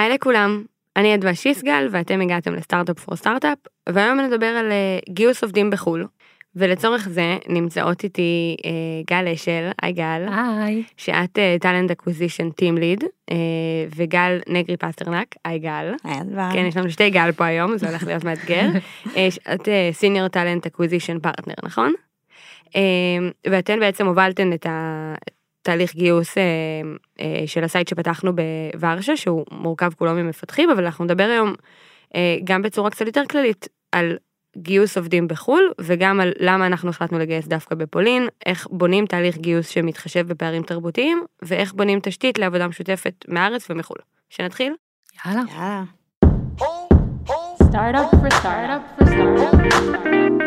היי לכולם, אני אדווה שיסגל ואתם הגעתם לסטארט-אפ פור סטארט-אפ, והיום נדבר על גיוס עובדים בחול, ולצורך זה נמצאות איתי גל אשל, היי גל, היי. שאת טלנט אקוויזישן טים ליד, וגל נגרי פסטרנק, היי גל, היי אדווה. כן, יש לנו שתי גל פה היום, זה הולך להיות מאתגר, את סיניור טלנט אקוויזישן פרטנר, נכון? ואתן בעצם הובלתן את תהליך גיוס של הסייט שפתחנו בוורשה, שהוא מורכב כולו ממפתחים, אבל אנחנו נדבר היום גם בצורה קצת יותר כללית על גיוס עובדים בחול, וגם על למה אנחנו החלטנו לגייס דווקא בפולין, איך בונים תהליך גיוס שמתחשב בפערים תרבותיים, ואיך בונים תשתית לעבודה משותפת מארץ ומחול. שנתחיל? יאללה. יאללה. Startup for startup for startup.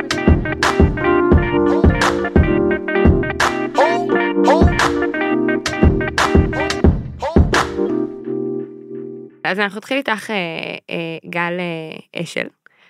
אז אנחנו נתחיל איתך גל אשל,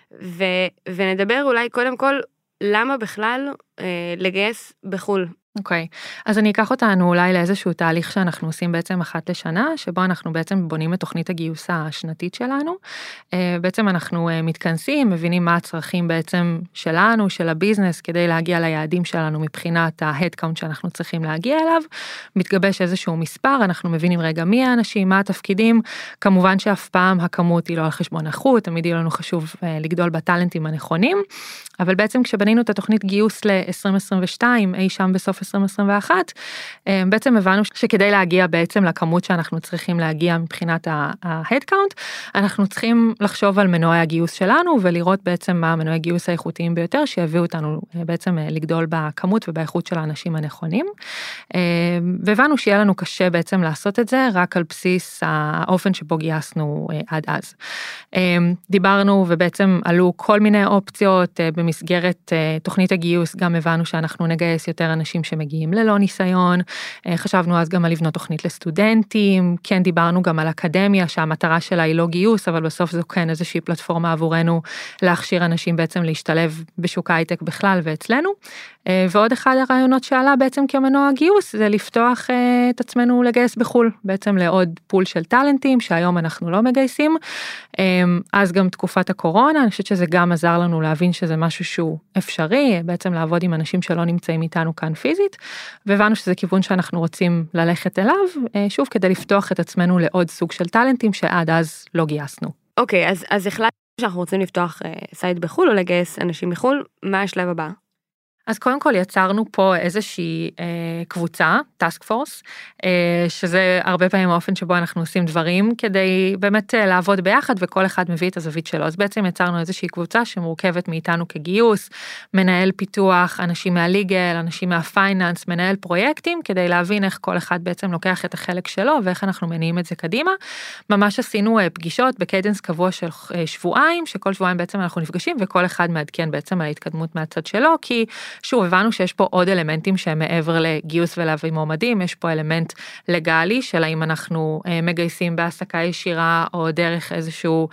ונדבר אולי קודם כל למה בכלל לגייס בחול. אוקיי, אז אני אקח אותנו אולי לאיזשהו תהליך שאנחנו עושים בעצם אחת לשנה, שבו אנחנו בעצם בונים את תוכנית הגיוס השנתית שלנו. בעצם אנחנו מתכנסים, מבינים מה הצרכים בעצם שלנו, של הביזנס, כדי להגיע ליעדים שלנו מבחינת ההדקאונט שאנחנו צריכים להגיע אליו. מתגבש איזשהו מספר, אנחנו מבינים רגע מי האנשים, מה התפקידים. כמובן שאף פעם הכמות היא לא על חשבון איכות, תמיד יהיה לנו חשוב לגדול בטלנטים הנכונים. אבל בעצם כשבנינו את התוכנית גיוס ל-2022, אי שם בסוף 2021, בעצם הבנו שכדי להגיע בעצם לכמות שאנחנו צריכים להגיע מבחינת ההדקאונט, אנחנו צריכים לחשוב על מנועי הגיוס שלנו, ולראות בעצם מה המנועי הגיוס האיכותיים ביותר, שיביאו אותנו בעצם לגדול בכמות ובאיכות של האנשים הנכונים. והבנו שיהיה לנו קשה בעצם לעשות את זה, רק על בסיס האופן שבו גייסנו עד אז. דיברנו ובעצם עלו כל מיני אופציות, במסגרת תוכנית הגיוס גם הבנו שאנחנו נגייס יותר אנשים שמגיעים ללא ניסיון, חשבנו אז גם על לבנות תוכנית לסטודנטים, כן דיברנו גם על אקדמיה שהמטרה שלה היא לא גיוס, אבל בסוף זו כן איזושהי פלטפורמה עבורנו להכשיר אנשים בעצם להשתלב בשוק ההייטק בכלל ואצלנו, ועוד אחד הרעיונות שעלה בעצם כמנוע גיוס זה לפתוח את עצמנו לגייס בחול, בעצם לעוד פול של טלנטים שהיום אנחנו לא מגייסים, אז גם תקופת הקורונה, אני חושבת שזה גם עזר לנו להבין שזה משהו שהוא אפשרי, בעצם לעבוד עם אנשים שלא נמצאים איתנו כאן פיזית, והבנו שזה כיוון שאנחנו רוצים ללכת אליו, שוב כדי לפתוח את עצמנו לעוד סוג של טלנטים שעד אז לא גייסנו. אוקיי, אז החלטנו שאנחנו רוצים לפתוח סייט בחול או לגייס אנשים מחול, מה השלב הבא? אז קודם כל יצרנו פה איזושהי קבוצה, טאסק פורס, שזה הרבה פעמים האופן שבו אנחנו עושים דברים, כדי באמת לעבוד ביחד, וכל אחד מביא את הזווית שלו. אז בעצם יצרנו איזושהי קבוצה שמורכבת מאיתנו כגיוס, מנהל פיתוח, אנשים מהליגל, אנשים מהפייננס, מנהל פרויקטים, כדי להבין איך כל אחד בעצם לוקח את החלק שלו, ואיך אנחנו מניעים את זה קדימה. ממש עשינו פגישות בקיידנס קבוע של שבועיים, שכל שבועיים בעצם אנחנו נפגשים, וכל אחד מעדכן בעצם על ההתקדמות מהצד שלו, כי שוב, הבנו שיש פה עוד אלמנטים שהם מעבר לגיוס ולהביא מועמדים, יש פה אלמנט לגלי של האם אנחנו מגייסים בהעסקה ישירה או דרך איזשהו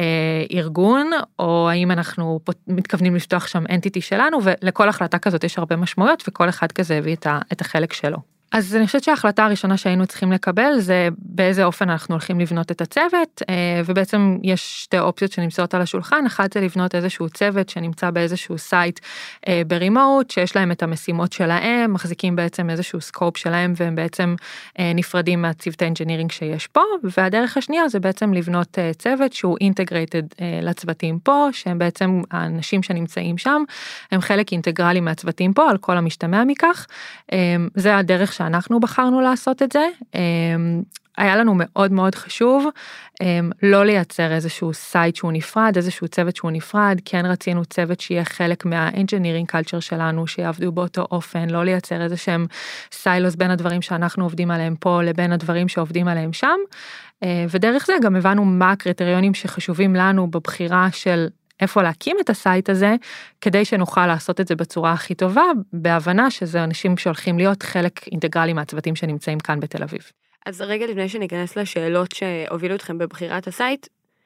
ארגון, או האם אנחנו מתכוונים לפתוח שם אנטיטי שלנו, ולכל החלטה כזאת יש הרבה משמעויות, וכל אחד כזה הביא את החלק שלו. אז אני חושבת שההחלטה הראשונה שהיינו צריכים לקבל זה באיזה אופן אנחנו הולכים לבנות את הצוות, ובעצם יש שתי אופציות שנמצאות על השולחן, אחת זה לבנות איזשהו צוות שנמצא באיזשהו סייט ברימוט, שיש להם את המשימות שלהם, מחזיקים בעצם איזשהו סקופ שלהם, והם בעצם נפרדים מהצוות האנג'ינירינג שיש פה, והדרך השנייה זה בעצם לבנות צוות שהוא אינטגרייטד לצוותים פה, שהם בעצם האנשים שנמצאים שם, הם חלק אינטגרלי מהצוותים פה, על כל המשתמע מכך, זה הדרך שאנחנו בחרנו לעשות את זה, היה לנו מאוד מאוד חשוב לא לייצר איזשהו סייט שהוא נפרד, איזשהו צוות שהוא נפרד, כן רצינו צוות שיהיה חלק מה-engineering culture שלנו, שיעבדו באותו אופן, לא לייצר איזה שהם סיילוס בין הדברים שאנחנו עובדים עליהם פה, לבין הדברים שעובדים עליהם שם, ודרך זה גם הבנו מה הקריטריונים שחשובים לנו בבחירה של איפה להקים את הסייט הזה, כדי שנוכל לעשות את זה בצורה הכי טובה, בהבנה שזה אנשים שהולכים להיות חלק אינטגרלי מהצוותים שנמצאים כאן בתל אביב. אז רגע לפני שניכנס לשאלות שהובילו אתכם בבחירת הסייט,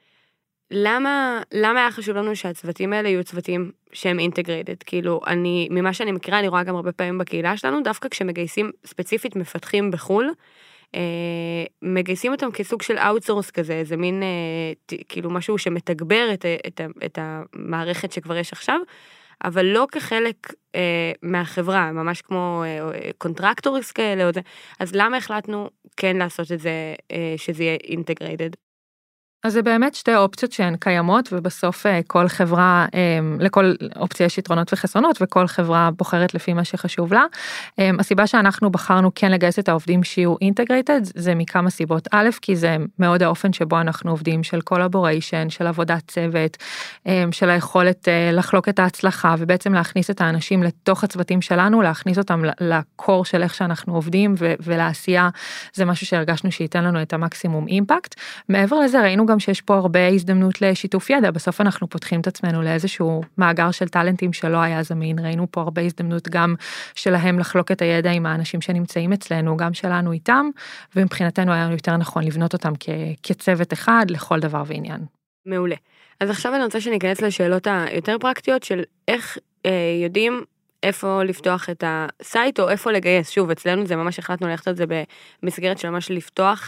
למה היה חשוב לנו שהצוותים האלה יהיו צוותים שהם אינטגרייטד? כאילו, ממה שאני מכירה, אני רואה גם הרבה פעמים בקהילה שלנו, דווקא כשמגייסים ספציפית מפתחים בחול, מגייסים אותם כסוג של אאוטסורס כזה, איזה מין, כאילו משהו שמתגבר את המערכת שכבר יש עכשיו, אבל לא כחלק מהחברה, ממש כמו קונטרקטורס כאלה, אז למה החלטנו כן לעשות את זה, שזה יהיה אינטגרייטד? אז זה באמת שתי אופציות שהן קיימות, ובסוף כל חברה, לכל אופציה יש יתרונות וחסרונות, וכל חברה בוחרת לפי מה שחשוב לה. הסיבה שאנחנו בחרנו כן לגייס את העובדים שיהיו אינטגרייטד, זה מכמה סיבות. א', כי זה מאוד האופן שבו אנחנו עובדים, של קולבוריישן, של עבודת צוות, של היכולת לחלוק את ההצלחה, ובעצם להכניס את האנשים לתוך הצוותים שלנו, להכניס אותם לקור של איך שאנחנו עובדים, ולעשייה, זה משהו שהרגשנו שייתן לנו את המקסימום אימפקט. מעבר לזה, ראינו גם שיש פה הרבה הזדמנות לשיתוף ידע, בסוף אנחנו פותחים את עצמנו לאיזשהו מאגר של טלנטים שלא היה זמין, ראינו פה הרבה הזדמנות גם שלהם לחלוק את הידע עם האנשים שנמצאים אצלנו, גם שלנו איתם, ומבחינתנו היה יותר נכון לבנות אותם כצוות אחד לכל דבר ועניין. מעולה. אז עכשיו אני רוצה שניכנס לשאלות היותר פרקטיות של איך יודעים איפה לפתוח את הסייט או איפה לגייס. שוב, אצלנו זה ממש החלטנו ללכת את זה במסגרת של ממש לפתוח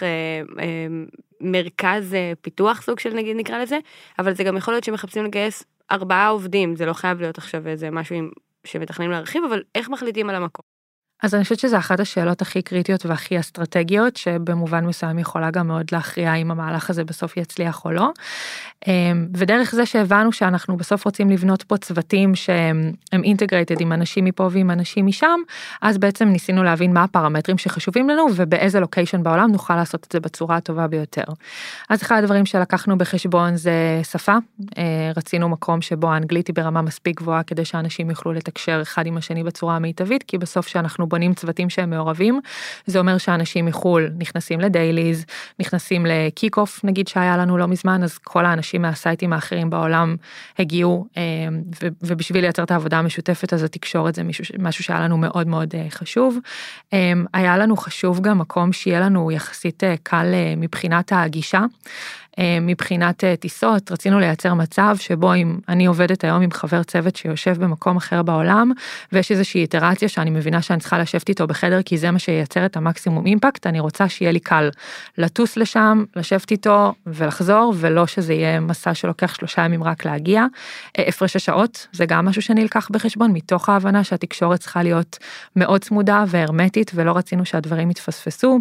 מרכז פיתוח סוג של נגיד נקרא לזה, אבל זה גם יכול להיות שמחפשים לגייס 4 עובדים, זה לא חייב להיות עכשיו איזה משהו שמתכננים להרחיב, אבל איך מחליטים על המקום? אז אני חושבת שזה אחת השאלות הכי קריטיות והכי אסטרטגיות, שבמובן מסוים יכולה גם מאוד להכריע אם המהלך הזה בסוף יצליח או לא. ודרך זה שהבנו שאנחנו בסוף רוצים לבנות פה צוותים שהם אינטגרייטד עם אנשים מפה ועם אנשים משם, אז בעצם ניסינו להבין מה הפרמטרים שחשובים לנו, ובאיזה לוקיישן בעולם נוכל לעשות את זה בצורה הטובה ביותר. אז אחד הדברים שלקחנו בחשבון זה שפה, רצינו מקום שבו האנגלית היא ברמה מספיק גבוהה, כדי שאנשים יוכלו לתקשר אחד עם השני בצורה המיטבית, כי בסוף שאנחנו בונים צוותים שהם מעורבים, זה אומר שאנשים מחול נכנסים לדייליז, נכנסים לקיק-אוף, נגיד שהיה לנו לא מזמן, אז כל האנשים מהסייטים האחרים בעולם הגיעו, ובשביל לייצר את העבודה המשותפת, אז התקשורת זה משהו שהיה לנו מאוד מאוד חשוב. היה לנו חשוב גם מקום שיהיה לנו יחסית קל מבחינת הגישה, מבחינת טיסות, רצינו לייצר מצב שבו אם אני עובדת היום עם חבר צוות שיושב במקום אחר בעולם, ויש איזושהי איטרציה שאני מבינה שאני צריכה לשבת איתו בחדר, כי זה מה שייצר את המקסימום אימפקט, אני רוצה שיהיה לי קל לטוס לשם, לשבת איתו ולחזור, ולא שזה יהיה מסע שלוקח 3 ימים רק להגיע. הפרש השעות, זה גם משהו שנלקח בחשבון, מתוך ההבנה שהתקשורת צריכה להיות מאוד צמודה והרמטית, ולא רצינו שהדברים יתפספסו.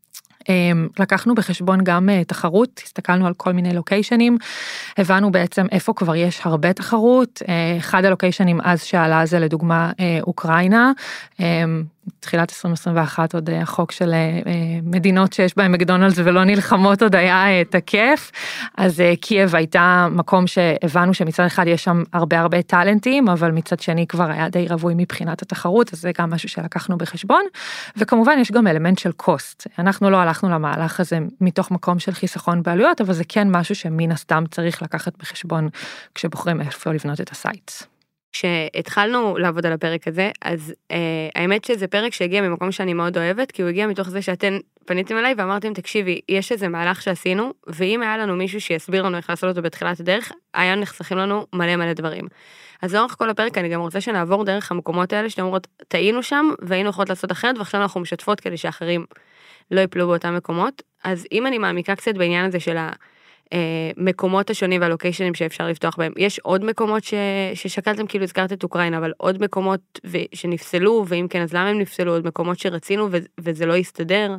לקחנו בחשבון גם תחרות, הסתכלנו על כל מיני לוקיישנים, הבנו בעצם איפה כבר יש הרבה תחרות, אחד הלוקיישנים אז שעלה זה לדוגמה אוקראינה, תחילת 2021 עוד החוק של מדינות שיש בהם מקדונלדס ולא נלחמות עוד היה תקף, אז קייב הייתה מקום שהבנו שמצד אחד יש שם הרבה טלנטים, אבל מצד שני כבר היה די רבוי מבחינת התחרות, אז זה גם משהו שלקחנו בחשבון, וכמובן יש גם אלמנט של קוסט, אנחנו לא הלכנו למהלך הזה מתוך מקום של חיסכון בעלויות, אבל זה כן משהו שמן הסתם צריך לקחת בחשבון כשבוחרים איפה לבנות את הסייט. כשהתחלנו לעבוד על הפרק הזה, אז האמת שזה פרק שהגיע ממקום שאני מאוד אוהבת, כי הוא הגיע מתוך זה שאתן פניתם אליי ואמרתם, תקשיבי, יש איזה מהלך שעשינו, ואם היה לנו מישהו שיסביר לנו איך לעשות אותו בתחילת הדרך, היה נחסכים לנו מלא דברים. אז לאורך כל הפרק אני גם רוצה שנעבור דרך המקומות האלה, שאתם אומרות, טעינו שם, והיינו יכולות לעשות אחרת, ועכשיו אנחנו משתפות כדי שאחרים לא יפלו באותם מקומות. אז אם אני מעמיקה קצת בעניין הזה של המקומות השונים והלוקיישנים שאפשר לפתוח בהם, יש עוד מקומות ששקלתם, כאילו הזכרת את אוקראינה, אבל עוד מקומות שנפסלו, ואם כן, אז למה הם נפסלו? עוד מקומות שרצינו וזה לא יסתדר?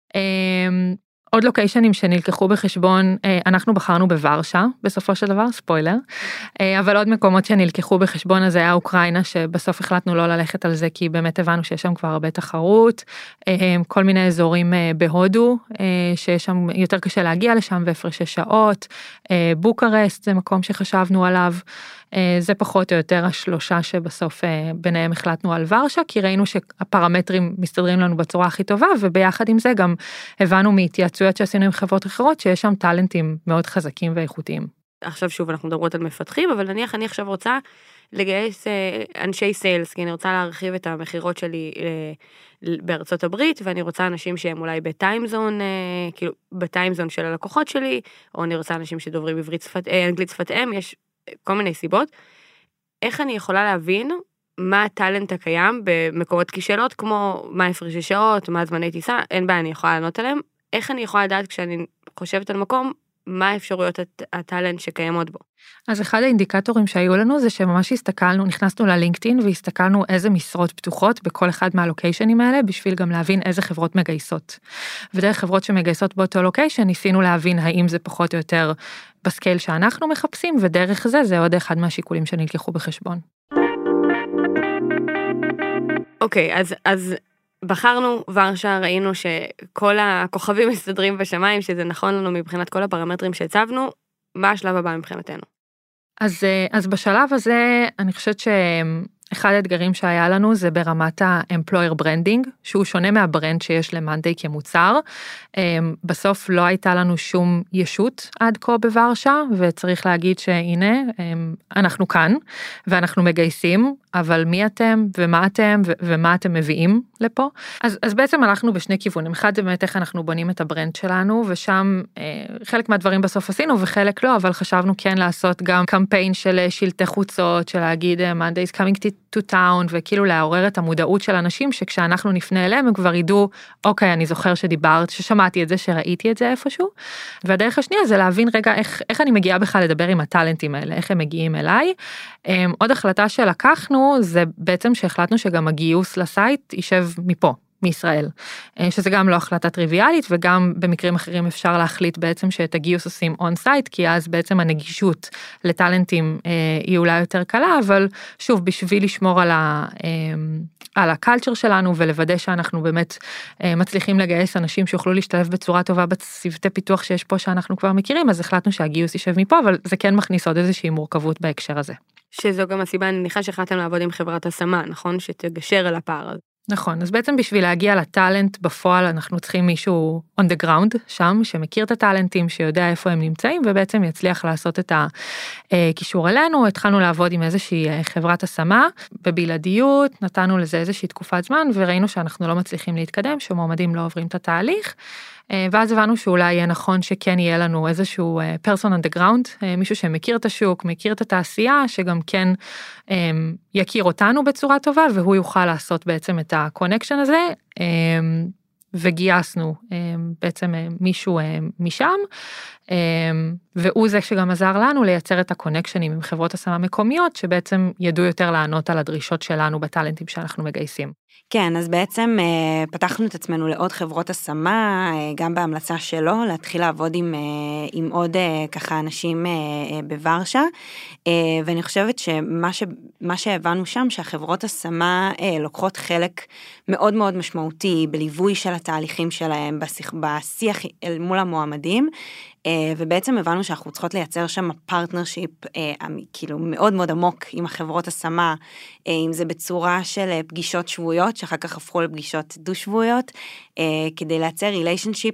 עוד לוקיישנים שנלקחו בחשבון, אנחנו בחרנו בוורשה, בסופו של דבר, ספוילר, אבל עוד מקומות שנלקחו בחשבון, אז היה אוקראינה, שבסוף החלטנו לא ללכת על זה, כי באמת הבנו שיש שם כבר הרבה תחרות, כל מיני אזורים בהודו, שיש שם יותר קשה להגיע לשם, והפרשי שעות, בוקרסט, זה מקום שחשבנו עליו, זה פחות או יותר 3 שבסוף ביניהם החלטנו על ורשה, כי ראינו שהפרמטרים מסתדרים לנו בצורה הכי טובה, וביחד עם זה גם הבנו מהתייעצויות שעשינו עם חברות אחרות, שיש שם טלנטים מאוד חזקים ואיכותיים. עכשיו שוב אנחנו מדברות על מפתחים, אבל נניח אני עכשיו רוצה לגייס אנשי סיילס, כי אני רוצה להרחיב את המחירות שלי בארצות הברית, ואני רוצה אנשים שהם אולי בטיימזון, כאילו בטיימזון של הלקוחות שלי, או אני רוצה אנשים שדוברים אנגלית שפת אם, יש כל מיני סיבות. איך אני יכולה להבין מה הטלנט הקיים במקומות כישלות, כמו מה הפרש השעות, מה זמני טיסה, אין בעיה, אני יכולה לענות עליהם. איך אני יכולה לדעת כשאני חושבת על מקום, מה האפשרויות הטלנט שקיימות בו? אז אחד האינדיקטורים שהיו לנו זה שממש הסתכלנו, נכנסנו ללינקדאין והסתכלנו איזה משרות פתוחות בכל אחד מהלוקיישנים האלה, בשביל גם להבין איזה חברות מגייסות. ודרך חברות שמגייסות באותו לוקיישן, ניסינו להבין האם זה פחות או יותר בסקייל שאנחנו מחפשים, ודרך זה עוד אחד מהשיקולים שנלקחו בחשבון. אוקיי, אז בחרנו ורשה, ראינו שכל הכוכבים מסתדרים בשמיים, שזה נכון לנו מבחינת כל הפרמטרים שהצבנו, מה השלב הבא מבחינתנו? אז בשלב הזה, אני חושבת שאחד האתגרים שהיה לנו זה ברמת ה-employer branding, שהוא שונה מהברנד שיש למאנדיי כמוצר. בסוף לא הייתה לנו שום ישות עד כה בוורשה, וצריך להגיד שהנה, אנחנו כאן, ואנחנו מגייסים, אבל מי אתם, ומה אתם מביאים לפה? אז בעצם הלכנו בשני כיוונים. אחד זה באמת איך אנחנו בונים את הברנד שלנו, ושם חלק מהדברים בסוף עשינו, וחלק לא, אבל חשבנו כן לעשות גם קמפיין של שלטי חוצות, של להגיד Monday is coming to town, וכאילו לעורר את המודעות של אנשים, שכשאנחנו נפנה אליהם, הם כבר ידעו, אוקיי, אני זוכר שדיברת, ששמעתי את זה, שראיתי את זה איפשהו, והדרך השנייה זה להבין רגע איך אני מגיעה בכלל לדבר עם הטלנטים האלה, איך הם מגיעים אליי. עוד החלטה שלקחנו, זה בעצם שהחלטנו שגם הגיוס לסייט יישב מפה, מישראל, שזה גם לא החלטה טריוויאלית, וגם במקרים אחרים אפשר להחליט בעצם שאת הגיוס עושים און סייט, כי אז בעצם הנגישות לטלנטים היא אולי יותר קלה, אבל שוב, בשביל לשמור על הקלצ'ר שלנו, ולוודא שאנחנו באמת מצליחים לגייס אנשים שיוכלו להשתלב בצורה טובה בצוותי פיתוח שיש פה שאנחנו כבר מכירים, אז החלטנו שהגיוס יישב מפה, אבל זה כן מכניס עוד איזושהי מורכבות בהקשר הזה. שזו גם הסיבה, אני מניחה שהחלטתם לעבוד עם חברת השמה, נכון? שתגשר על הפער הזה. נכון, אז בעצם בשביל להגיע לטלנט בפועל, אנחנו צריכים מישהו on the ground שם, שמכיר את הטלנטים, שיודע איפה הם נמצאים, ובעצם יצליח לעשות את הקישור אלינו. התחלנו לעבוד עם איזושהי חברת השמה, בבלעדיות, נתנו לזה איזושהי תקופת זמן, וראינו שאנחנו לא מצליחים להתקדם, שמועמדים לא עוברים את התהליך, ואז הבנו שאולי יהיה נכון שכן יהיה לנו איזשהו person on the ground, מישהו שמכיר את השוק, מכיר את התעשייה, שגם כן יכיר אותנו בצורה טובה, והוא יוכל לעשות בעצם את הקונקשן הזה, וגייסנו בעצם מישהו משם, והוא זה שגם עזר לנו לייצר את הקונקשנים עם חברות השמה מקומיות, שבעצם ידעו יותר לענות על הדרישות שלנו בטלנטים שאנחנו מגייסים. כן, אז בעצם פתחנו את עצמנו לעוד חברות השמה, גם בהמלצה שלו, להתחיל לעבוד עם עוד ככה אנשים בוורשה, ואני חושבת שמה שהבנו שם, שהחברות השמה לוקחות חלק מאוד מאוד משמעותי בליווי של התהליכים שלהם, בשיח מול המועמדים, ובעצם הבנו שאנחנו צריכות לייצר שם פרטנרשיפ כאילו מאוד מאוד עמוק עם החברות השמה, אם זה בצורה של פגישות שבועיות, שאחר כך הפכו לפגישות דו-שבועיות, כדי לייצר ריליישנשיפ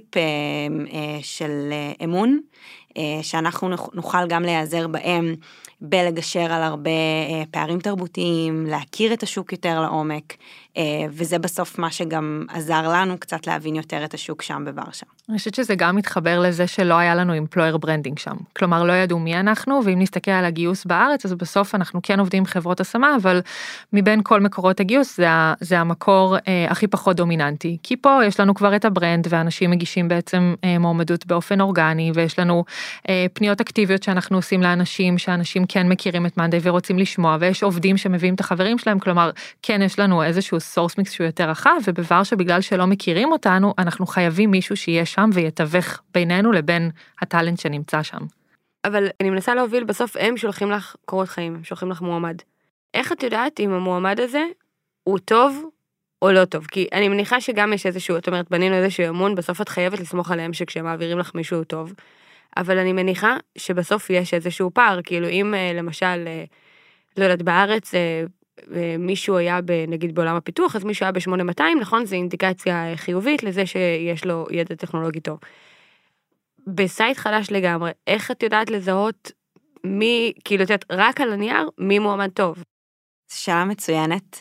של אמון, שאנחנו נוכל גם להיעזר בהם, בלגשר על הרבה פערים תרבותיים, להכיר את השוק יותר לעומק, וזה בסוף מה שגם עזר לנו קצת להבין יותר את השוק שם בוורשה. אני חושבת שזה גם מתחבר לזה שלא היה לנו employer branding שם. כלומר, לא ידעו מי אנחנו, ואם נסתכל על הגיוס בארץ, אז בסוף אנחנו כן עובדים עם חברות השמה, אבל מבין כל מקורות הגיוס, זה המקור הכי פחות דומיננטי. כי פה יש לנו כבר את הברנד, ואנשים מגישים בעצם מועמדות באופן אורגני, ויש לנו פניות אקטיביות שאנחנו עושים לאנשים, שאנשים כן מכירים את מאנדיי ורוצים לשמוע, ויש עובדים שמביאים את החברים שלהם, כלומר, כן יש לנו איזשהו סורס מיקס שהוא יותר רחב, ובוורשה בגלל שלא מכירים אותנו, אנחנו חייבים מישהו שיהיה שם ויתווך בינינו לבין הטלנט שנמצא שם. אבל אני מנסה להוביל, בסוף הם שולחים לך קורות חיים, הם שולחים לך מועמד. איך את יודעת אם המועמד הזה הוא טוב או לא טוב? כי אני מניחה שגם יש איזשהו, את אומרת, בנינו איזשהו אמון, בסוף את חייבת לסמוך עליהם שכשהם מעבירים לך מישהו טוב, אבל אני מניחה שבסוף יש איזשהו פער, כאילו אם למשל, לא יודעת, בארץ מישהו היה נגיד בעולם הפיתוח, אז מישהו היה ב-8200, נכון? זו אינדיקציה חיובית לזה שיש לו ידע טכנולוגי טוב. בסייט חדש לגמרי, איך את יודעת לזהות מי, כאילו, את יודעת, רק על הנייר, מי מועמד טוב? זו שאלה מצוינת.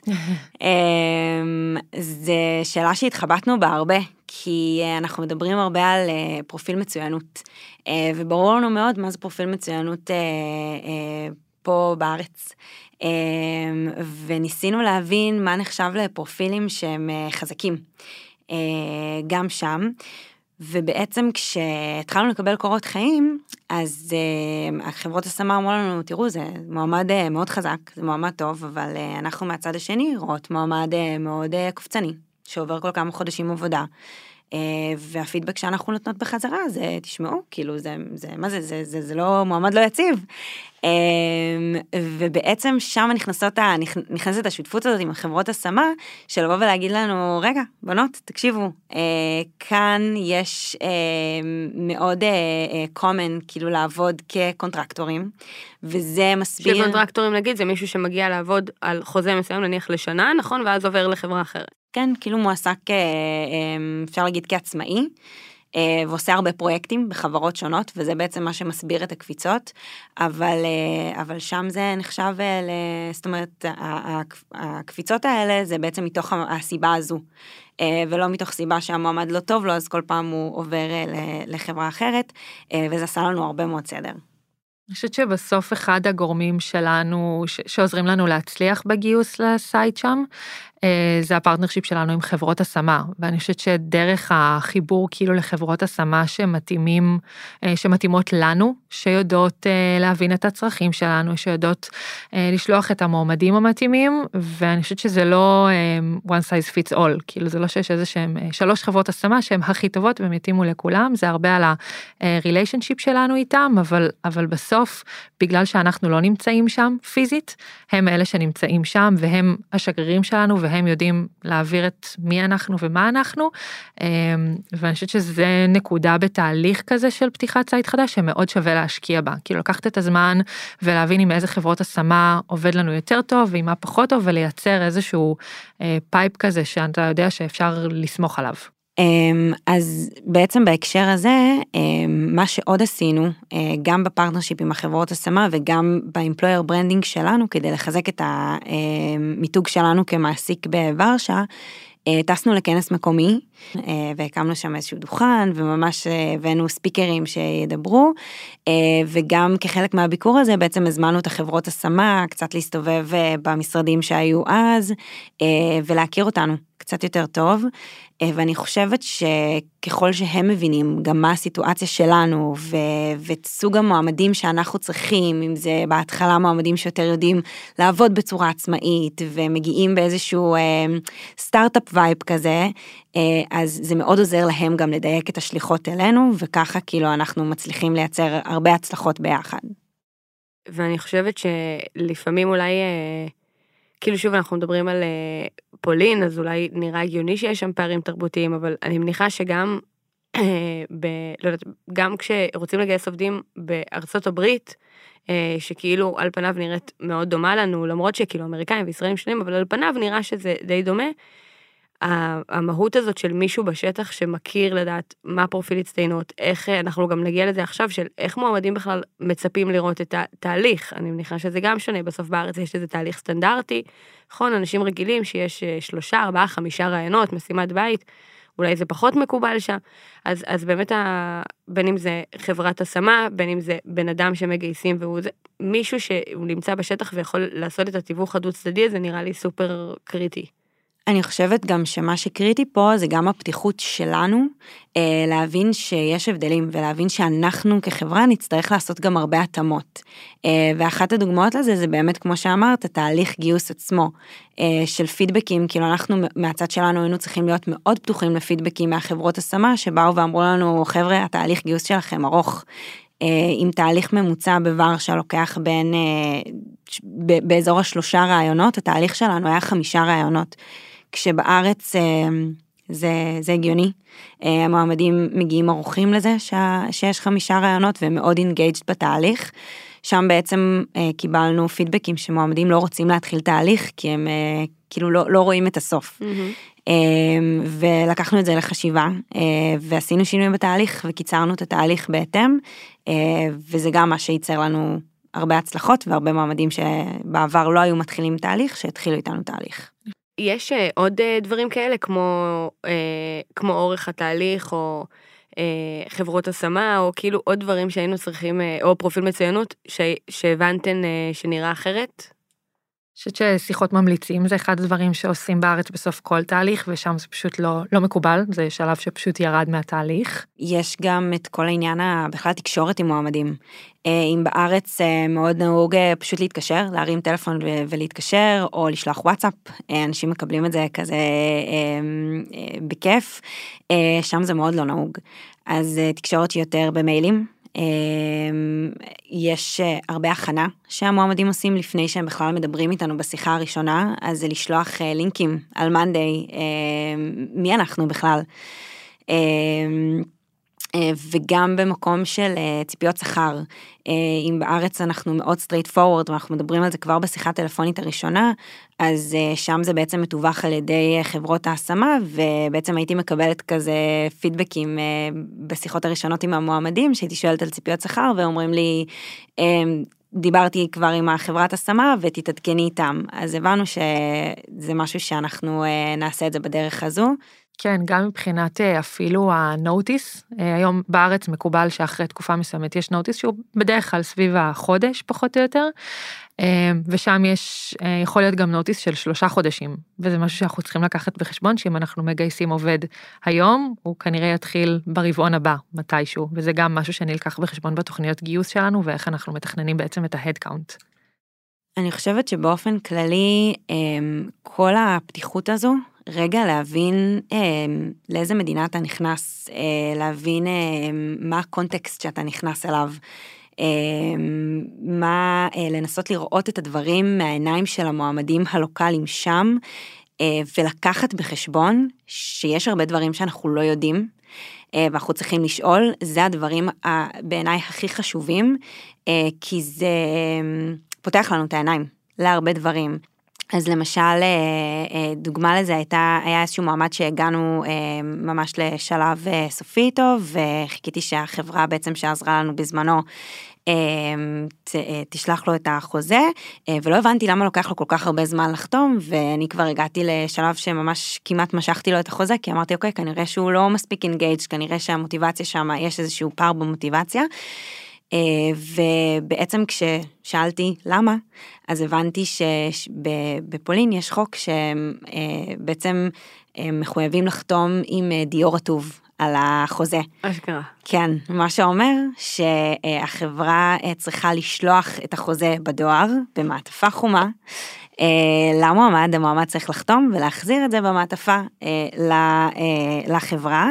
זו שאלה שהתחבטנו בה הרבה, כי אנחנו מדברים הרבה על פרופיל מצוינות, וברור לנו מאוד מה זה פרופיל מצוינות פה בארץ, וניסינו להבין מה נחשב לפרופילים שהם חזקים, גם שם, ובעצם כשהתחלנו לקבל קורות חיים, אז החברות השמה אמרו לנו, תראו, זה מועמד מאוד חזק, זה מועמד טוב, אבל אנחנו מהצד השני רואות מועמד מאוד קופצני, שעובר כל כמה חודשים עבודה, והפידבק שאנחנו נותנות בחזרה, זה, תשמעו, כאילו, מה זה, זה לא, מועמד לא יציב. ובעצם שם נכנסת השותפות הזאת עם החברות השמה, של לבוא ולהגיד לנו, רגע, בנות, תקשיבו, כאן יש מאוד common, כאילו, לעבוד כקונטרקטורים, וזה מסביר... שקונטרקטורים, נגיד, זה מישהו שמגיע לעבוד על חוזה מסוים, נניח לשנה, נכון? ואז עובר לחברה אחרת. כן, כאילו מועסק, אפשר להגיד כעצמאי, ועושה הרבה פרויקטים בחברות שונות, וזה בעצם מה שמסביר את הקפיצות, אבל שם זה נחשב, זאת אומרת, הקפיצות האלה זה בעצם מתוך הסיבה הזו, ולא מתוך סיבה שהמועמד לא טוב לו, אז כל פעם הוא עובר לחברה אחרת, וזה עשה לנו הרבה מאוד סדר. אני חושבת שבסוף אחד הגורמים שלנו, שעוזרים לנו להצליח בגיוס לסייט שם, זה הפרטנרשיפ שלנו עם חברות השמה, ואני חושבת שדרך החיבור כאילו לחברות השמה שמתאימות לנו, שיודעות להבין את הצרכים שלנו, שיודעות לשלוח את המועמדים המתאימים, ואני חושבת שזה לא one size fits all, כאילו זה לא שיש איזה שהם 3 חברות השמה שהן הכי טובות והם יתאימו לכולם, זה הרבה על ה-relationship שלנו איתם, אבל בסוף, בגלל שאנחנו לא נמצאים שם פיזית, הם אלה שנמצאים שם, והם השגרירים שלנו, והם יודעים להעביר את מי אנחנו ומה אנחנו, ואני חושבת שזה נקודה בתהליך כזה של פתיחת סייט חדש, שמאוד שווה להשקיע בה, כאילו לקחת את הזמן ולהבין עם איזה חברות השמה עובד לנו יותר טוב, ועם מה פחות טוב, ולייצר איזשהו פייפ כזה, שאתה יודע שאפשר לסמוך עליו. אז בעצם בהקשר הזה, מה שעוד עשינו, גם בפרטנרשיפ עם החברות השמה, וגם באמפלויר ברנדינג שלנו, כדי לחזק את המיתוג שלנו כמעסיק בוורשה, טסנו לכנס מקומי, והקמנו שם איזשהו דוכן, וממש הבאנו ספיקרים שידברו, וגם כחלק מהביקור הזה, בעצם הזמנו את החברות השמה, קצת להסתובב במשרדים שהיו אז, ולהכיר אותנו קצת יותר טוב, ואני חושבת שככל שהם מבינים גם מה הסיטואציה שלנו, ואת סוג המועמדים שאנחנו צריכים, אם זה בהתחלה מועמדים שיותר יודעים לעבוד בצורה עצמאית, ומגיעים באיזשהו סטארט-אפ וייב כזה, אז זה מאוד עוזר להם גם לדייק את השליחות אלינו, וככה כאילו אנחנו מצליחים לייצר הרבה הצלחות ביחד. ואני חושבת שלפעמים אולי... כאילו שוב אנחנו מדברים על פולין, אז אולי נראה הגיוני שיש שם פערים תרבותיים, אבל אני מניחה שגם, לא יודעת, גם כשרוצים לגייס עובדים בארצות הברית, שכאילו על פניו נראית מאוד דומה לנו, למרות שכאילו אמריקאים וישראלים שונים, אבל על פניו נראה שזה די דומה, המהות הזאת של מישהו בשטח שמכיר לדעת מה פרופיל הצטיינות, איך אנחנו גם נגיע לזה עכשיו, של איך מועמדים בכלל מצפים לראות את התהליך, אני מניחה שזה גם שונה, בסוף בארץ יש איזה תהליך סטנדרטי, נכון, אנשים רגילים שיש 3, 4, 5 רעיונות, משימת בית, אולי זה פחות מקובל שם, אז באמת בין אם זה חברת השמה, בין אם זה בן אדם שמגייסים, והוא זה, מישהו שהוא נמצא בשטח ויכול לעשות את התיווך הדו צדדי, הזה נראה לי סופר קריטי. אני חושבת גם שמה שקריטי פה זה גם הפתיחות שלנו, להבין שיש הבדלים, ולהבין שאנחנו כחברה נצטרך לעשות גם הרבה התאמות. ואחת הדוגמאות לזה זה באמת כמו שאמרת, תהליך גיוס עצמו, של פידבקים, כאילו אנחנו מהצד שלנו היינו צריכים להיות מאוד פתוחים לפידבקים מהחברות השמה, שבאו ואמרו לנו, חבר'ה, התהליך גיוס שלכם ארוך, עם תהליך ממוצע בוורשה לוקח באזור 3 רעיונות, התהליך שלנו היה 5 רעיונות, כשבארץ זה הגיוני, המועמדים מגיעים ערוכים לזה שיש 5 רעיונות ומאוד engaged בתהליך, שם בעצם קיבלנו פידבקים שמועמדים לא רוצים להתחיל תהליך, כי הם כאילו לא רואים את הסוף. ולקחנו את זה לחשיבה, ועשינו שינוי בתהליך, וקיצרנו את התהליך בהתאם, וזה גם מה שייצר לנו הרבה הצלחות, והרבה מועמדים שבעבר לא היו מתחילים תהליך, שהתחילו איתנו תהליך. יש עוד דברים כאלה, כמו אורך התהליך, או חברות השמה, או כאילו עוד דברים שהיינו צריכים, או פרופיל מצוינות, שהבנתן שנראה אחרת? אני חושבת ששיחות ממליצים זה אחד הדברים שעושים בארץ בסוף כל תהליך, ושם זה פשוט לא מקובל, זה שלב שפשוט ירד מהתהליך. יש גם את כל העניין בכלל תקשורת עם מועמדים. אם בארץ מאוד נהוג פשוט להתקשר, להרים טלפון ולהתקשר, או לשלוח וואטסאפ, אנשים מקבלים את זה כזה בכיף, שם זה מאוד לא נהוג. אז תקשורת יותר במיילים, יש הרבה הכנה שהמועמדים עושים לפני שהם בכלל מדברים איתנו בשיחה הראשונה, אז זה לשלוח לינקים על Monday, מי אנחנו בכלל. וגם במקום של ציפיות שכר, אם בארץ אנחנו מאוד straight forward, ואנחנו מדברים על זה כבר בשיחה הטלפונית הראשונה, אז שם זה בעצם מתווך על ידי חברות ההשמה, ובעצם הייתי מקבלת כזה פידבקים בשיחות הראשונות עם המועמדים, שהייתי שואלת על ציפיות שכר, ואומרים לי, דיברתי כבר עם החברת השמה, ותתעדכני איתם. אז הבנו שזה משהו שאנחנו נעשה את זה בדרך הזו. כן, גם מבחינת אפילו הנוטיס, היום בארץ מקובל שאחרי תקופה מסוימת יש נוטיס שהוא בדרך כלל סביב החודש פחות או יותר, ושם יכול להיות גם נוטיס של 3 חודשים, וזה משהו שאנחנו צריכים לקחת בחשבון, שאם אנחנו מגייסים עובד היום, הוא כנראה יתחיל ברבעון הבא, מתישהו, וזה גם משהו שנלקח בחשבון בתוכניות גיוס שלנו, ואיך אנחנו מתכננים בעצם את ההדקאונט. אני חושבת שבאופן כללי, כל הפתיחות הזו, רגע להבין לאיזה מדינה אתה נכנס, להבין מה הקונטקסט שאתה נכנס אליו, לנסות לראות את הדברים מהעיניים של המועמדים הלוקליים שם, ולקחת בחשבון שיש הרבה דברים שאנחנו לא יודעים, ואנחנו צריכים לשאול, זה הדברים בעיניי הכי חשובים, כי זה פותח לנו את העיניים להרבה דברים. אז למשל, דוגמה לזה היה איזשהו מועמד שהגענו ממש לשלב סופי איתו, וחיכיתי שהחברה בעצם שעזרה לנו בזמנו, תשלח לו את החוזה, ולא הבנתי למה לוקח לו כל כך הרבה זמן לחתום, ואני כבר הגעתי לשלב שממש כמעט משכתי לו את החוזה, כי אמרתי, אוקיי, כנראה שהוא לא מספיק אינגייג', כנראה שהמוטיבציה שם, יש איזשהו פער במוטיבציה, ובעצם כששאלתי למה, אז הבנתי שבפולין יש חוק שבעצם מחויבים לחתום עם דיו רטוב על החוזה. אשכרה. כן, מה שאומר שהחברה צריכה לשלוח את החוזה בדואר, במעטפה חומה, למועמד, המועמד צריך לחתום ולהחזיר את זה במעטפה לחברה,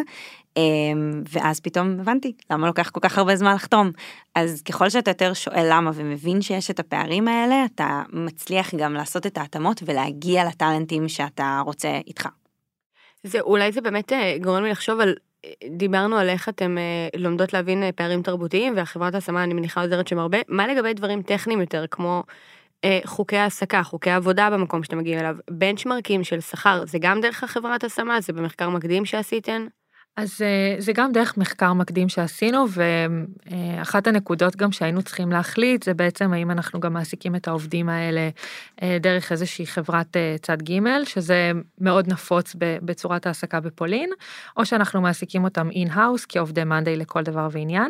ואז פתאום הבנתי למה לוקח כל כך הרבה זמן לחתום. אז ככל שאתה יותר שואל למה ומבין שיש את הפערים האלה, אתה מצליח גם לעשות את ההתאמות ולהגיע לטלנטים שאתה רוצה איתך. אולי זה באמת גורם לי לחשוב על, דיברנו על איך אתם לומדות להבין פערים תרבותיים, והחברת השמה אני מניחה עוזרת שם הרבה, מה לגבי דברים טכניים יותר, כמו חוקי העסקה, חוקי העבודה במקום שאתם מגיעים אליו, בנצ'מרקים של שכר, זה גם דרך החברת השמה, זה במחקר מקדים שעשיתן? אז זה גם דרך מחקר מקדים שעשינו, ואחת הנקודות גם שהיינו צריכים להחליט, זה בעצם האם אנחנו גם מעסיקים את העובדים האלה דרך איזושהי חברת צד ג', שזה מאוד נפוץ בצורת העסקה בפולין, או שאנחנו מעסיקים אותם אין-האוס, כעובדי מאנדיי לכל דבר ועניין,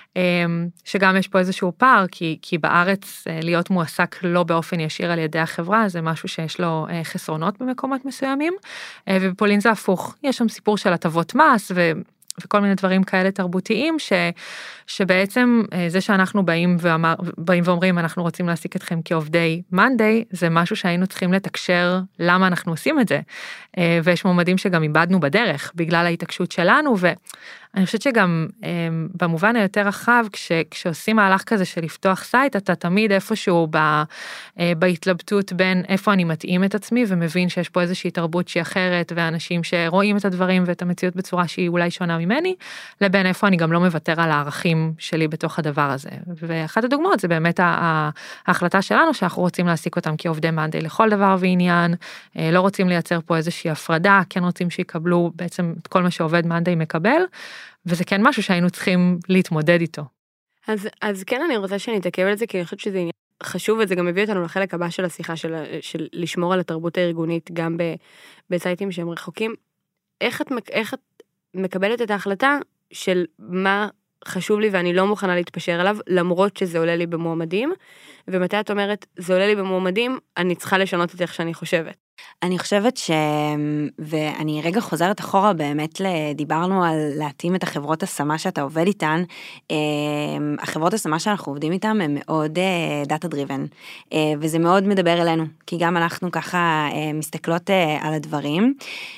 שגם יש פה איזשהו פער, כי בארץ להיות מועסק לא באופן ישיר על ידי החברה, זה משהו שיש לו חסרונות במקומות מסוימים, ובפולין זה הפוך, יש שם סיפור של הטבות מס, וכל מיני דברים כאלה תרבותיים, שבעצם זה שאנחנו באים ואומרים, אנחנו רוצים להעסיק אתכם כעובדי מאנדיי, זה משהו שהיינו צריכים לתקשר למה אנחנו עושים את זה, ויש מועמדים שגם איבדנו בדרך, בגלל ההתעקשות שלנו, ואני חושבת שגם במובן היותר רחב, כשעושים מהלך כזה של לפתוח סייט, אתה תמיד איפשהו בהתלבטות בין איפה אני מתאים את עצמי, ומבין שיש פה איזושהי תרבות שהיא אחרת, ואנשים שרואים את הדברים ואת המציאות בצורה שהיא אולי שונה ממני, לבין איפה אני גם לא מוותר על הערכים שלי בתוך הדבר הזה. ואחת הדוגמאות זה באמת ההחלטה שלנו, שאנחנו רוצים להעסיק אותם כעובדי מאנדיי לכל דבר ועניין, לא רוצים לייצר פה איזושהי הפרדה, כן רוצים שיקבלו בעצם את כל מה שעובד מאנדיי מקבל, וזה כן משהו שהיינו צריכים להתמודד איתו. אז כן, אני רוצה שנתעכב על זה, כי אני חושבת שזה עניין חשוב, וזה גם מביא אותנו לחלק הבא של השיחה, של לשמור על התרבות הארגונית, גם בסייטים שהם רחוקים. איך את מקבלת את ההחלטה של מה חשוב לי ואני לא מוכנה להתפשר עליו, למרות שזה עולה לי במועמדים, ומתי את אומרת, זה עולה לי במועמדים, אני צריכה לשנות את איך שאני חושבת. אני חושבת ואני רגע חוזרת אחורה, באמת דיברנו על להתאים את החברות השמה שאתה עובד איתן, החברות השמה שאנחנו עובדים איתן הן מאוד דאטה דריבן, וזה מאוד מדבר אלינו, כי גם אנחנו ככה מסתכלות על הדברים,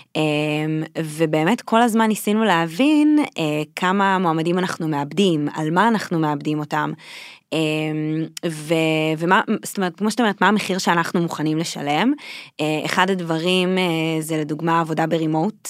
ובאמת כל הזמן ניסינו להבין כמה מועמדים אנחנו מאבדים, על מה אנחנו מאבדים אותם, ומה, זאת אומרת, כמו שאת אומרת, מה המחיר שאנחנו מוכנים לשלם? אחד הדברים זה לדוגמה עבודה ברימוט,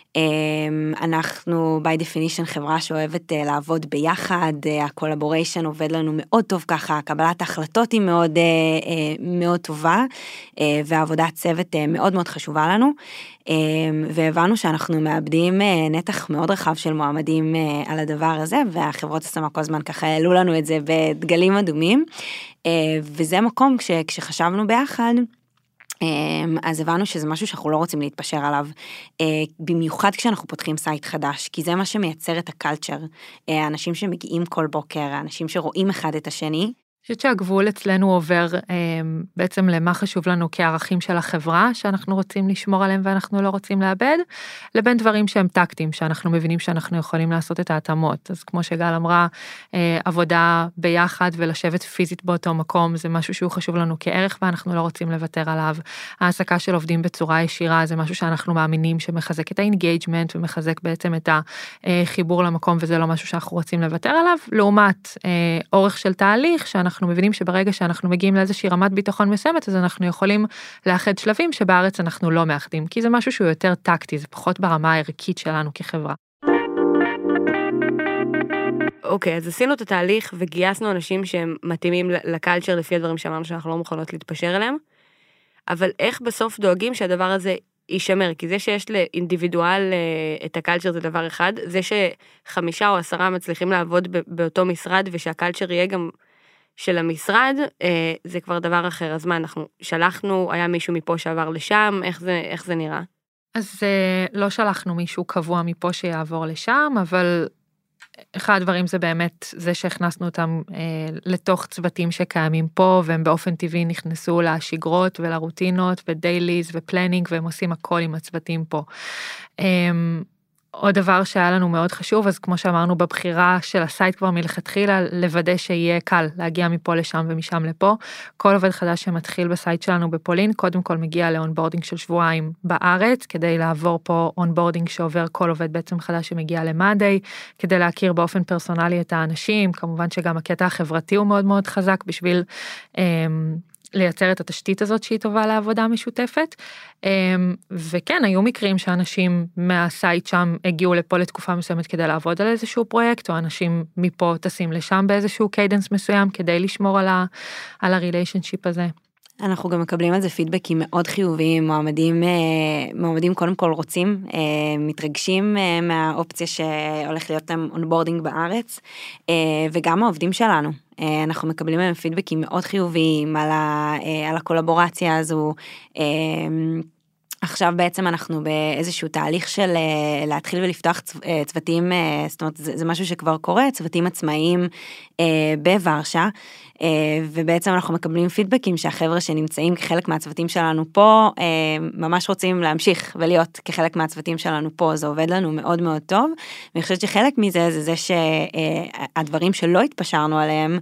אנחנו by definition חברה שאוהבת לעבוד ביחד, הקולבוריישן עובד לנו מאוד טוב ככה, קבלת ההחלטות היא מאוד, מאוד טובה, והעבודת צוות מאוד מאוד חשובה לנו, והבנו שאנחנו מאבדים נתח מאוד רחב של מועמדים על הדבר הזה, והחברות השמה כל הזמן ככה העלו לנו את זה בדגלים אדומים, וזה מקום כשחשבנו ביחד, אז הבנו שזה משהו שאנחנו לא רוצים להתפשר עליו, במיוחד כשאנחנו פותחים סייט חדש, כי זה מה שמייצר את הקלצ'ר, האנשים שמגיעים כל בוקר, האנשים שרואים אחד את השני. אני חושבת שהגבול אצלנו עובר בעצם למה חשוב לנו כערכים של החברה, שאנחנו רוצים לשמור עליהם ואנחנו לא רוצים לאבד, לבין דברים שהם טקטיים, שאנחנו מבינים שאנחנו יכולים לעשות את ההתאמות. אז כמו שגל אמרה, עבודה ביחד ולשבת פיזית באותו מקום, זה משהו שהוא חשוב לנו כערך ואנחנו לא רוצים לוותר עליו. העסקה של עובדים בצורה ישירה, זה משהו שאנחנו מאמינים שמחזק את האינגייג'מנט ומחזק בעצם את החיבור למקום, וזה לא משהו שאנחנו רוצים לוותר עליו, לעומת אורך של תהליך שאנחנו מבינים שברגע שאנחנו מגיעים לאיזושהי רמת ביטחון מסוימת, אז אנחנו יכולים לאחד שלבים שבארץ אנחנו לא מאחדים, כי זה משהו שהוא יותר טקטי, זה פחות ברמה הערכית שלנו כחברה. אוקיי, אז עשינו את התהליך וגייסנו אנשים שהם מתאימים לקלצ'ר לפי הדברים שאמרנו שאנחנו לא מוכנות להתפשר אליהם, אבל איך בסוף דואגים שהדבר הזה יישמר? כי זה שיש לאינדיבידואל את הקלצ'ר זה דבר אחד, זה ש5 או 10 מצליחים לעבוד באותו משרד ושהקלצ'ר יהיה גם של המשרד, זה כבר דבר אחר. אז מה, אנחנו שלחנו, היה מישהו מפה שעבר לשם, איך זה נראה? אז לא שלחנו מישהו קבוע מפה שיעבור לשם, אבל אחד הדברים זה באמת זה שהכנסנו אותם לתוך צוותים שקיימים פה, והם באופן טבעי נכנסו לשגרות ולרוטינות ודייליז ופלנינג, והם עושים הכל עם הצוותים פה. עוד דבר שהיה לנו מאוד חשוב, אז כמו שאמרנו בבחירה של הסייט כבר מלכתחילה, לוודא שיהיה קל להגיע מפה לשם ומשם לפה. כל עובד חדש שמתחיל בסייט שלנו בפולין, קודם כל מגיע לאונבורדינג של שבועיים בארץ, כדי לעבור פה אונבורדינג שעובר כל עובד בעצם חדש שמגיע למאנדיי, כדי להכיר באופן פרסונלי את האנשים, כמובן שגם הקטע החברתי הוא מאוד מאוד חזק בשביל לייצר את התשתית הזאת שהיא טובה לעבודה משותפת, וכן, היו מקרים שאנשים מהסייט שם הגיעו לפה לתקופה מסוימת כדי לעבוד על איזשהו פרויקט, או אנשים מפה טסים לשם באיזשהו קיידנס מסוים, כדי לשמור על הריליישנשיפ הזה. אנחנו גם מקבלים על זה פידבקים מאוד חיוביים, מועמדים קודם כל רוצים, מתרגשים מהאופציה שהולך להיות להם אונבורדינג בארץ, וגם העובדים שלנו. אנחנו מקבלים מהם פידבקים מאוד חיוביים על הקולבורציה הזו. עכשיו בעצם אנחנו באיזשהו תהליך של להתחיל ולפתוח צוותים, זאת אומרת זה משהו שכבר קורה, צוותים עצמאיים בוורשה, ובעצם אנחנו מקבלים פידבקים שהחבר'ה שנמצאים כחלק מהצוותים שלנו פה, ממש רוצים להמשיך ולהיות כחלק מהצוותים שלנו פה, זה עובד לנו מאוד מאוד טוב, ואני חושבת שחלק מזה זה שהדברים שלא התפשרנו עליהם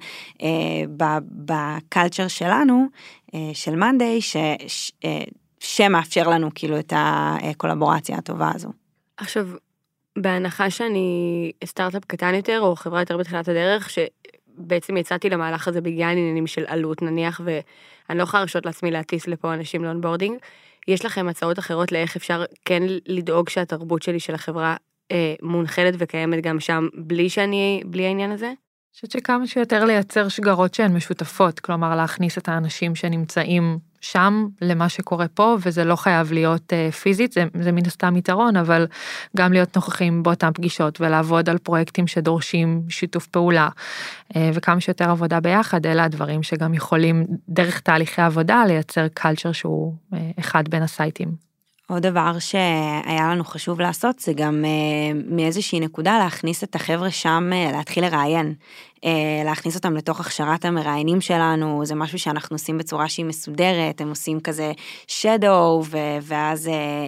בקלצ'ר שלנו, של מאנדיי, שמאפשר לנו כאילו את הקולבורציה הטובה הזו. עכשיו, בהנחה שאני סטארט-אפ קטן יותר, או חברה יותר בתחילת הדרך, שבעצם יצאתי למהלך הזה בגלל עניינים של עלות נניח, ואני לא יכולה להרשות לעצמי להטיס לפה אנשים לאונבורדינג, יש לכם הצעות אחרות לאיך אפשר כן לדאוג שהתרבות שלי של החברה מונחלת וקיימת גם שם, בלי העניין הזה? אני חושבת שכמה שיותר לייצר שגרות שהן משותפות, כלומר להכניס את האנשים שנמצאים שם למה שקורה פה, וזה לא חייב להיות פיזית, זה מן הסתם יתרון, אבל גם להיות נוכחים באותן פגישות, ולעבוד על פרויקטים שדורשים שיתוף פעולה, וכמה שיותר עבודה ביחד, אלה הדברים שגם יכולים דרך תהליכי עבודה לייצר קלצ'ר שהוא אחד בין הסייטים. עוד דבר שהיה לנו חשוב לעשות, זה גם מאיזושהי נקודה להכניס את החבר'ה שם, להתחיל לראיין. להכניס אותם לתוך הכשרת המראיינים שלנו, זה משהו שאנחנו עושים בצורה שהיא מסודרת, הם עושים כזה shadow, ואז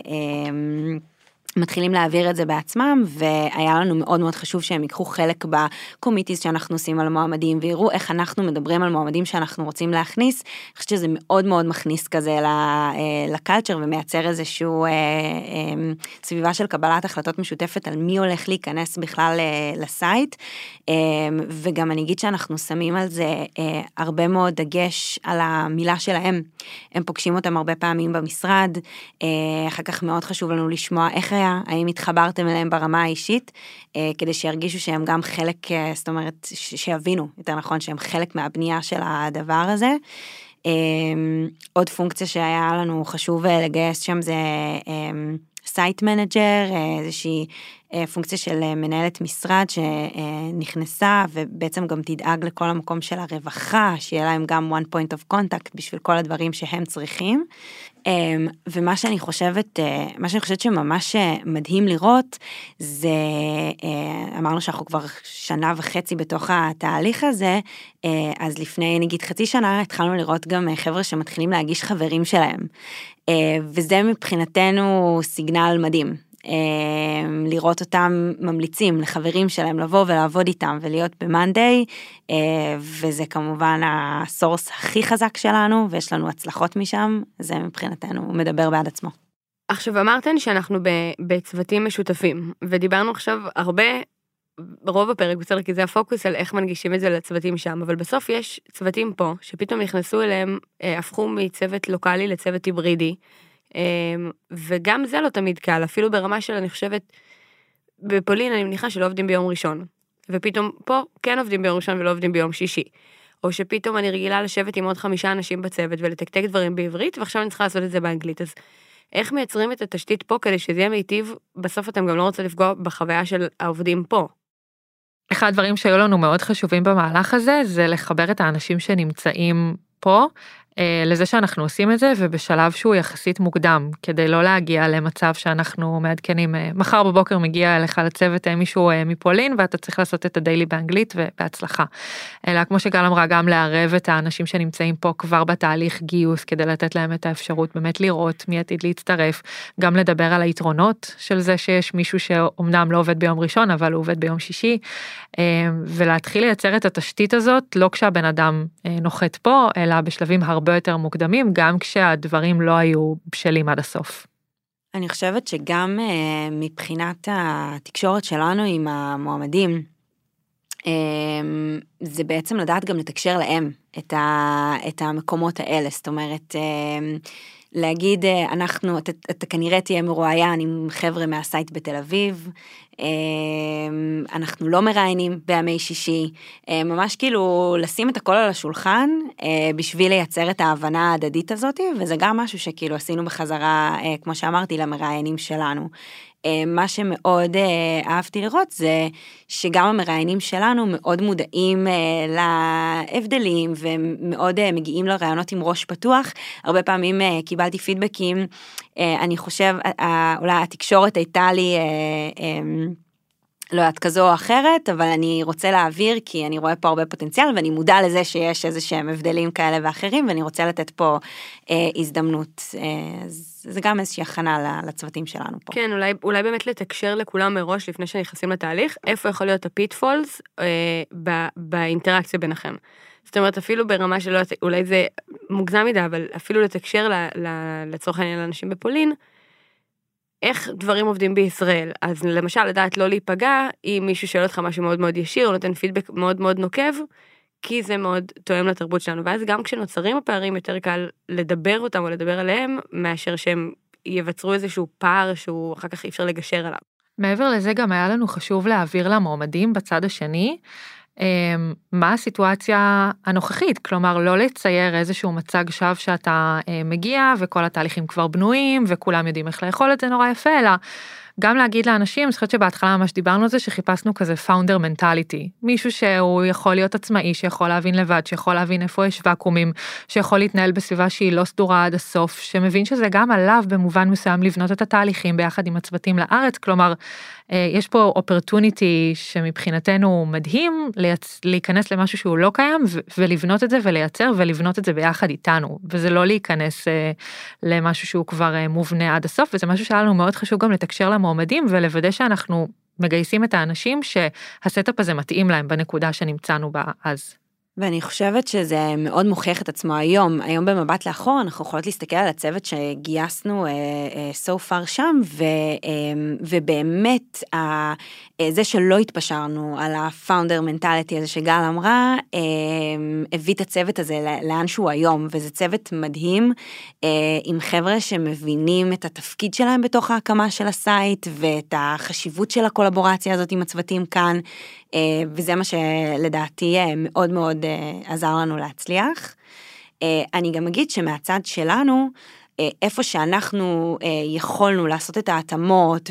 מתחילים להעביר את זה בעצמם, והיה לנו מאוד מאוד חשוב שהם ייקחו חלק בקומיטיז שאנחנו עושים על המועמדים, ויראו איך אנחנו מדברים על מועמדים שאנחנו רוצים להכניס. אני חושבת שזה מאוד מאוד מכניס כזה לקלצ'ר, ומייצר איזשהו סביבה של קבלת החלטות משותפת על מי הולך להיכנס בכלל לסייט, וגם אני אגיד שאנחנו שמים על זה הרבה מאוד דגש על המילה שלהם. הם פוגשים אותם הרבה פעמים במשרד, אחר כך מאוד חשוב לנו לשמוע איך היה, האם התחברתם אליהם ברמה האישית, כדי שירגישו שהם גם חלק, זאת אומרת, שיבינו, יותר נכון, שהם חלק מהבנייה של הדבר הזה. עוד פונקציה שהיה לנו חשוב לגייס שם זה סייט מנג'ר, איזושהי פונקציה של מנהלת משרד שנכנסה ובעצם גם תדאג לכל המקום של הרווחה, שיהיה להם גם one point of contact בשביל כל הדברים שהם צריכים. ומה שאני חושבת שממש מדהים לראות, זה, אמרנו שאנחנו כבר 1.5 שנה בתוך התהליך הזה, אז לפני נגיד חצי שנה התחלנו לראות גם חבר'ה שמתחילים להגיש חברים שלהם, וזה מבחינתנו סיגנל מדהים. לראות אותם ממליצים לחברים שלהם לבוא ולעבוד איתם ולהיות במאנדיי, וזה כמובן הסורס הכי חזק שלנו, ויש לנו הצלחות משם, זה מבחינתנו מדבר בעד עצמו. עכשיו אמרתן שאנחנו בצוותים משותפים, ודיברנו עכשיו הרבה, רוב הפרק בסדר, כי זה הפוקוס על איך מנגישים את זה לצוותים שם, אבל בסוף יש צוותים פה, שפתאום נכנסו אליהם, הפכו מצוות לוקלי לצוות היברידי, וגם זה לא תמיד קל, אפילו ברמה של, אני חושבת, בפולין אני מניחה שלא עובדים ביום ראשון, ופתאום פה כן עובדים ביום ראשון ולא עובדים ביום שישי, או שפתאום אני רגילה לשבת עם עוד 5 אנשים בצוות ולתקתק דברים בעברית, ועכשיו אני צריכה לעשות את זה באנגלית, אז איך מייצרים את התשתית פה כדי שזה יהיה מיטיב, בסוף אתם גם לא רוצים לפגוע בחוויה של העובדים פה. אחד הדברים שהיו לנו מאוד חשובים במהלך הזה, זה לחבר את האנשים שנמצאים פה, לזה שאנחנו עושים את זה, ובשלב שהוא יחסית מוקדם, כדי לא להגיע למצב שאנחנו מעדכנים, מחר בבוקר מגיע אליך לצוות מישהו מפולין, ואתה צריך לעשות את הדיילי באנגלית ובהצלחה. אלא כמו שגל אמרה, גם לערב את האנשים שנמצאים פה כבר בתהליך גיוס, כדי לתת להם את האפשרות באמת לראות מי עתיד להצטרף, גם לדבר על היתרונות של זה שיש מישהו שאומנם לא עובד ביום ראשון, אבל הוא עובד ביום שישי, ולהתחיל לייצר את התשתית הזאת, לא כשהבן אדם נוחת פה, אלא בשלבים הרבה יותר מוקדמים, גם כשהדברים לא היו בשלים עד הסוף. אני חושבת שגם מבחינת התקשורת שלנו עם המועמדים, זה בעצם לדעת גם לתקשר להם את המקומות האלה, זאת אומרת, להגיד, אתה כנראה תהיה מרואיין עם חבר'ה מהסייט בתל אביב, אנחנו לא מראיינים בימי שישי, ממש כאילו לשים את הכל על השולחן, בשביל לייצר את ההבנה ההדדית הזאת, וזה גם משהו שכאילו עשינו בחזרה, כמו שאמרתי, למראיינים שלנו. מה שמאוד אהבתי לראות זה שגם המראיינים שלנו מאוד מודעים להבדלים ומאוד מגיעים לרעיונות עם ראש פתוח. הרבה פעמים קיבלתי פידבקים, אני חושב אולי התקשורת הייתה לי לא יודעת כזו או אחרת, אבל אני רוצה להעביר כי אני רואה פה הרבה פוטנציאל ואני מודע לזה שיש איזה שהם הבדלים כאלה ואחרים ואני רוצה לתת פה הזדמנות. זה גם איזושהי הכנה לצוותים שלנו פה. כן, אולי באמת לתקשר לכולם מראש לפני שנכנסים לתהליך, איפה יכול להיות הפיטפולס באינטראקציה ביניכם. זאת אומרת, אפילו ברמה שלא, אולי זה מוגזם מדי, אבל אפילו לתקשר לצורך העניין לאנשים בפולין, איך דברים עובדים בישראל. אז למשל, לדעת לא להיפגע, אם מישהו שואל אותך משהו מאוד מאוד ישיר, או נותן פידבק מאוד מאוד נוקב, כי זה מאוד תואם לתרבות שלנו. ואז גם כשנוצרים הפערים, יותר קל לדבר אותם או לדבר עליהם, מאשר שהם יבצרו איזשהו פער שהוא אחר כך אי אפשר לגשר עליו. מעבר לזה גם היה לנו חשוב להעביר למועמדים בצד השני, מה הסיטואציה הנוכחית, כלומר לא לצייר איזשהו מצג שווא שאתה מגיע וכל התהליכים כבר בנויים וכולם יודעים איך לאכול את זה נורא יפה, אלא גם להגיד לאנשים, אני חושבת שבהתחלה ממש דיברנו על זה, שחיפשנו כזה פאונדר מנטליטי, מישהו שהוא יכול להיות עצמאי, שיכול להבין לבד, שיכול להבין איפה יש ואקומים, שיכול להתנהל בסביבה שהיא לא סדורה עד הסוף, שמבין שזה גם עליו במובן מסוים לבנות את התהליכים ביחד עם הצוותים לארץ, כלומר, יש פה אופרטוניטי שמבחינתנו מדהים, להיכנס למשהו שהוא לא קיים, ולבנות את זה ולייצר ולבנות את זה ביחד איתנו, וזה לא להיכנס למשהו שהוא כבר מובנה עד הסוף, וזה משהו שהיה לנו מאוד חשוב גם לתקשר למועמדים, ולוודא שאנחנו מגייסים את האנשים שהסטאפ הזה מתאים להם בנקודה שנמצאנו בה אז. ואני חושבת שזה מאוד מוכיח את עצמו היום במבט לאחור, אנחנו יכולות להסתכל על הצוות שגייסנו so far שם, ובאמת זה שלא התפשרנו על הפאונדר מנטליטי הזה שגל אמרה, הביא את הצוות הזה לאן שהוא היום, וזה צוות מדהים, עם חבר'ה שמבינים את התפקיד שלהם בתוך ההקמה של הסייט, ואת החשיבות של הקולבורציה הזאת עם הצוותים כאן, וזה מה שלדעתי מאוד מאוד עזר לנו להצליח. אני גם אגיד שמהצד שלנו, איפה שאנחנו יכולנו לעשות את ההתאמות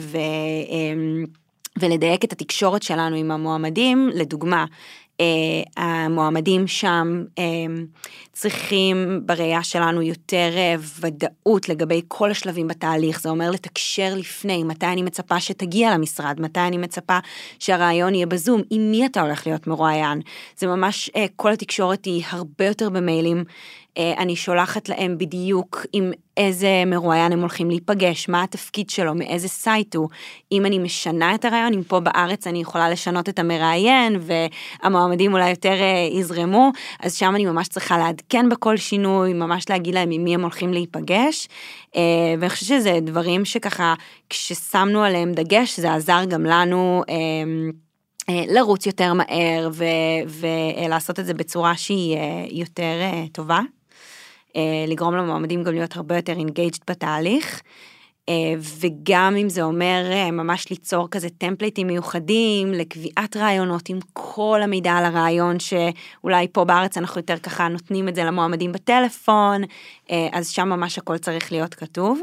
ולדייק את התקשורת שלנו עם המועמדים, לדוגמה, המועמדים שם צריכים בראייה שלנו יותר ודאות לגבי כל השלבים בתהליך, זה אומר לתקשר לפני, מתי אני מצפה שתגיע למשרד, מתי אני מצפה שהרעיון יהיה בזום, עם מי אתה הולך להיות מרואיין, זה ממש, כל התקשורת היא הרבה יותר במיילים, אני שולחת להם בדיוק עם איזה מרואיין הם הולכים להיפגש, מה התפקיד שלו, מאיזה סייט הוא, אם אני משנה את הרעיון, אם פה בארץ אני יכולה לשנות את המראיין, והמועמדים אולי יותר יזרמו, אז שם אני ממש צריכה לעדכן בכל שינוי, ממש להגיד להם עם מי הם הולכים להיפגש, ואני חושבת שזה דברים שככה, כששמנו עליהם דגש, זה עזר גם לנו לרוץ יותר מהר, ולעשות את זה בצורה שהיא יותר טובה, לגרום למועמדים גם להיות הרבה יותר engaged בתהליך, וגם אם זה אומר ממש ליצור כזה טמפלייטים מיוחדים, לקביעת רעיונות עם כל המידע על הרעיון, שאולי פה בארץ אנחנו יותר ככה נותנים את זה למועמדים בטלפון, אז שם ממש הכל צריך להיות כתוב.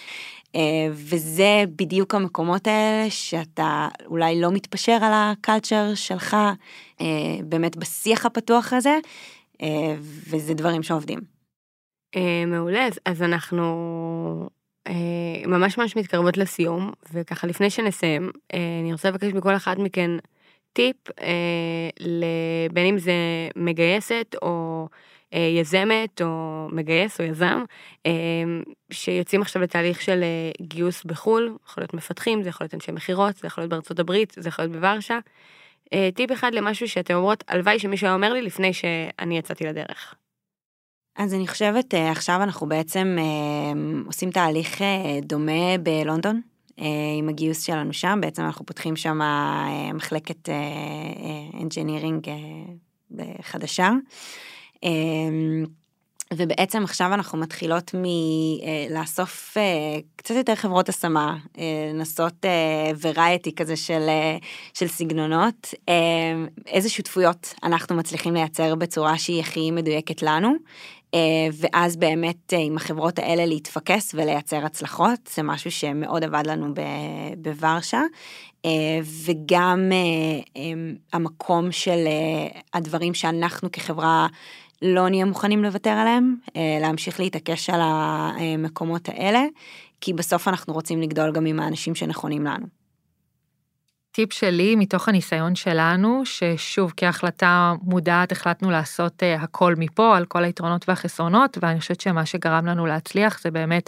וזה בדיוק המקומות האלה שאתה אולי לא מתפשר על הקלצ'ר שלך, באמת בשיח הפתוח הזה, וזה דברים שעובדים. מעולה, אז אנחנו ממש מתקרבות לסיום, וככה לפני שנסיים, אני רוצה לבקש מכל אחד מכן טיפ, בין אם זה מגייסת או יזמת או מגייס או יזם, שיוצאים עכשיו לתהליך של גיוס בחול, יכול להיות מפתחים, זה יכול להיות אנשי מחירות, זה יכול להיות בארצות הברית, זה יכול להיות בוורשה. טיפ אחד למשהו שאתם אומרות, הלוואי שמישהו אומר לי לפני שאני יצאתי לדרך. אז אני חושבת, עכשיו אנחנו בעצם עושים תהליך דומה בלונדון, עם הגיוס שלנו שם, בעצם אנחנו פותחים שם מחלקת engineering חדשה, ובעצם עכשיו אנחנו מתחילות לאסוף קצת יותר חברות השמה, לנסות וריאטי כזה של סגנונות, איזה שותפויות אנחנו מצליחים לייצר בצורה שהיא הכי מדויקת לנו, ואז באמת עם החברות האלה להתפקס ולייצר הצלחות, זה משהו שמאוד עבד לנו בוורשה, וגם המקום של הדברים שאנחנו כחברה לא נהיה מוכנים לוותר עליהם, להמשיך להתעקש על המקומות האלה, כי בסוף אנחנו רוצים לגדול גם עם האנשים שנכונים לנו. טיפ שלי מתוך הניסיון שלנו, ששוב כהחלטה מודעת החלטנו לעשות הכל מפה, על כל היתרונות והחסרונות, ואני חושבת שמה שגרם לנו להצליח זה באמת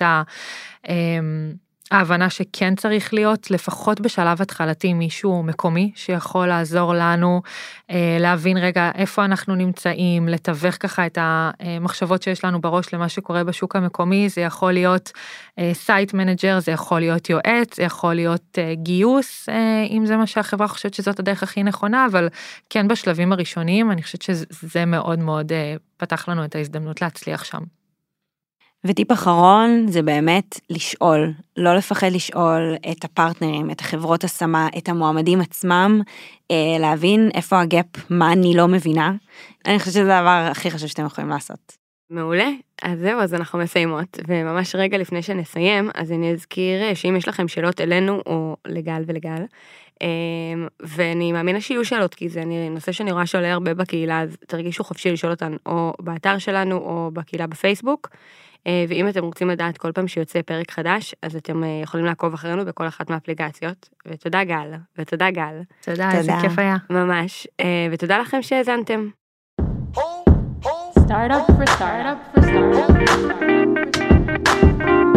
ההבנה שכן צריך להיות, לפחות בשלב התחלתי, מישהו מקומי שיכול לעזור לנו, להבין רגע איפה אנחנו נמצאים, לתווך ככה את המחשבות שיש לנו בראש למה שקורה בשוק המקומי, זה יכול להיות סייט מנג'ר, זה יכול להיות יועץ, זה יכול להיות גיוס, אם זה מה שהחברה חושבת שזאת הדרך הכי נכונה, אבל כן בשלבים הראשונים, אני חושבת שזה מאוד מאוד פתח לנו את ההזדמנות להצליח שם. וטיפ אחרון זה באמת לשאול, לא לפחד לשאול את הפרטנרים, את החברות השמה, את המועמדים עצמם, להבין איפה הגאפ, מה אני לא מבינה. אני חושבת שזה הדבר הכי חשוב שאתם יכולים לעשות. מעולה, אז זהו, אז אנחנו מסיימות, וממש רגע לפני שנסיים, אז אני אזכיר שאם יש לכם שאלות אלינו או לגל ולגל, ואני מאמינה שיהיו שאלות, כי זה נושא שאני רואה שעולה הרבה בקהילה, אז תרגישו חופשי לשאול אותן או באתר שלנו או בקהילה בפייסבוק, ואם אתם רוצים לדעת כל פעם שיוצא פרק חדש, אז אתם יכולים לעקוב אחרינו בכל אחת מהאפליקציות, ותודה גל, ותודה גל. תודה, איזה כיף היה. ממש, ותודה לכם שהאזנתם. Startup for startup for startup.